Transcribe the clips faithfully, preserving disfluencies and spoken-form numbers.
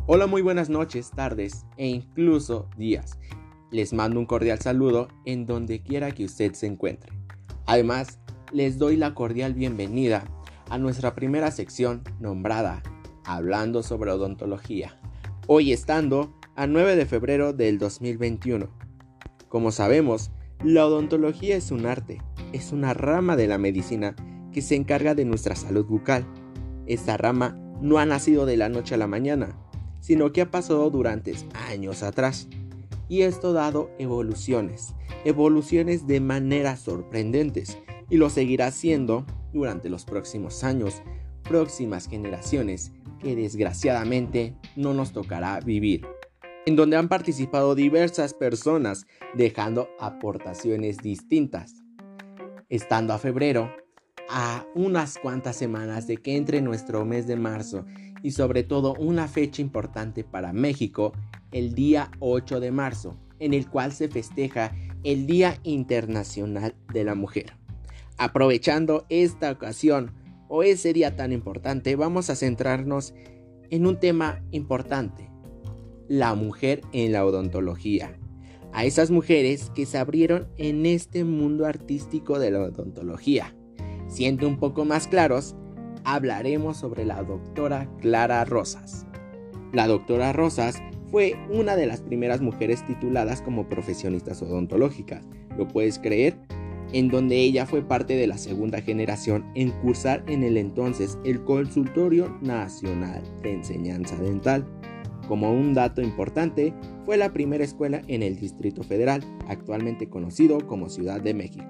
Hola, muy buenas noches, tardes e incluso días. Les mando un cordial saludo en donde quiera que usted se encuentre. Además, les doy la cordial bienvenida a nuestra primera sección nombrada Hablando sobre Odontología. Hoy estando a nueve de febrero del dos mil veintiuno. Como sabemos, la odontología es un arte, es una rama de la medicina que se encarga de nuestra salud bucal. Esta rama no ha nacido de la noche a la mañana, sino que ha pasado durante años atrás. Y esto ha dado evoluciones, evoluciones de maneras sorprendentes, y lo seguirá haciendo durante los próximos años, próximas generaciones que desgraciadamente no nos tocará vivir, en donde han participado diversas personas dejando aportaciones distintas. Estando a febrero, a unas cuantas semanas de que entre nuestro mes de marzo y sobre todo una fecha importante para México, el día ocho de marzo, en el cual se festeja el Día Internacional de la Mujer. Aprovechando esta ocasión o ese día tan importante, vamos a centrarnos en un tema importante: la mujer en la odontología. A esas mujeres que se abrieron en este mundo artístico de la odontología. Siendo un poco más claros, hablaremos sobre la doctora Clara Rosas. La doctora Rosas fue una de las primeras mujeres tituladas como profesionistas odontológicas, ¿lo puedes creer? En donde ella fue parte de la segunda generación en cursar en el entonces el Consultorio Nacional de Enseñanza Dental. Como un dato importante, fue la primera escuela en el Distrito Federal, actualmente conocido como Ciudad de México.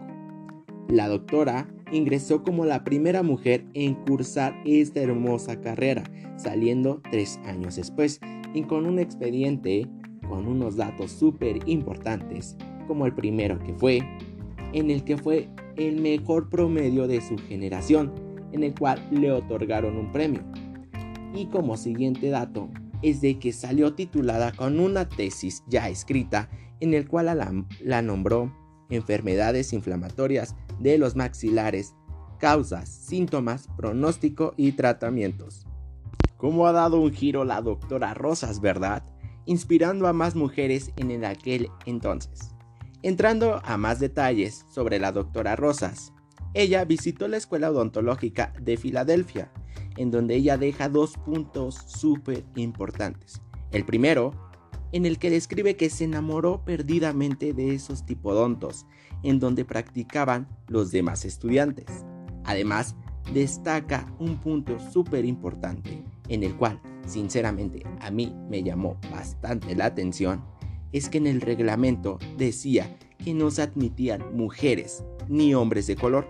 La doctora ingresó como la primera mujer en cursar esta hermosa carrera, saliendo tres años después, y con un expediente con unos datos súper importantes, como el primero que fue, en el que fue el mejor promedio de su generación, en el cual le otorgaron un premio. Y como siguiente dato, es de que salió titulada con una tesis ya escrita, en el cual la, la nombró enfermedades inflamatorias de los maxilares, causas, síntomas, pronóstico y tratamientos. ¿Cómo ha dado un giro la doctora Rosas, verdad? Inspirando a más mujeres en el aquel entonces. Entrando a más detalles sobre la doctora Rosas, ella visitó la Escuela Odontológica de Filadelfia, en donde ella deja dos puntos súper importantes. El primero, en el que describe que se enamoró perdidamente de esos tipodontos, en donde practicaban los demás estudiantes. Además, destaca un punto súper importante, en el cual, sinceramente, a mí me llamó bastante la atención, es que en el reglamento decía que no se admitían mujeres ni hombres de color.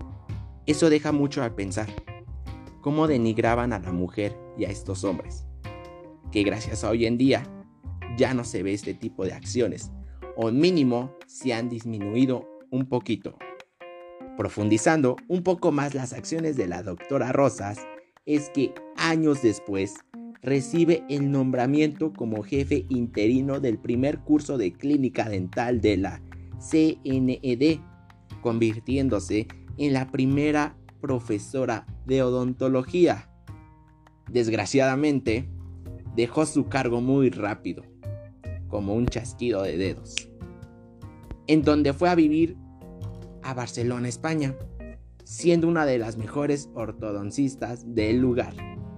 Eso deja mucho a pensar. Cómo denigraban a la mujer y a estos hombres, que gracias a hoy en día ya no se ve este tipo de acciones, o mínimo se han disminuido un poquito. Profundizando un poco más las acciones de la doctora Rosas, es que años después recibe el nombramiento como jefe interino del primer curso de clínica dental de la C N E D, convirtiéndose en la primera profesora de odontología. Desgraciadamente, dejó su cargo muy rápido, como un chasquido de dedos, en donde fue a vivir a Barcelona, España, siendo una de las mejores ortodoncistas del lugar.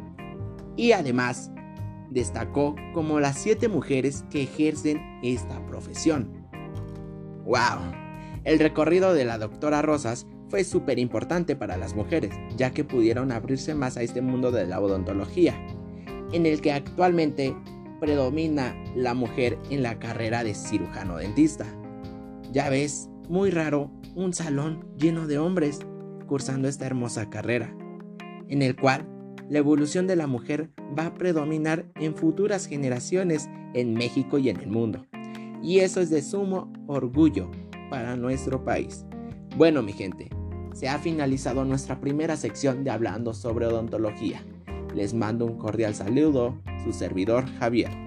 Y además, destacó como las siete mujeres que ejercen esta profesión. ¡Wow! El recorrido de la doctora Rosas fue súper importante para las mujeres, ya que pudieron abrirse más a este mundo de la odontología, en el que actualmente predomina la mujer en la carrera de cirujano dentista. Ya ves, muy raro un salón lleno de hombres cursando esta hermosa carrera, en el cual la evolución de la mujer va a predominar en futuras generaciones en México y en el mundo. Y eso es de sumo orgullo para nuestro país. Bueno, mi gente, se ha finalizado nuestra primera sección de Hablando sobre Odontología. Les mando un cordial saludo, su servidor Javier.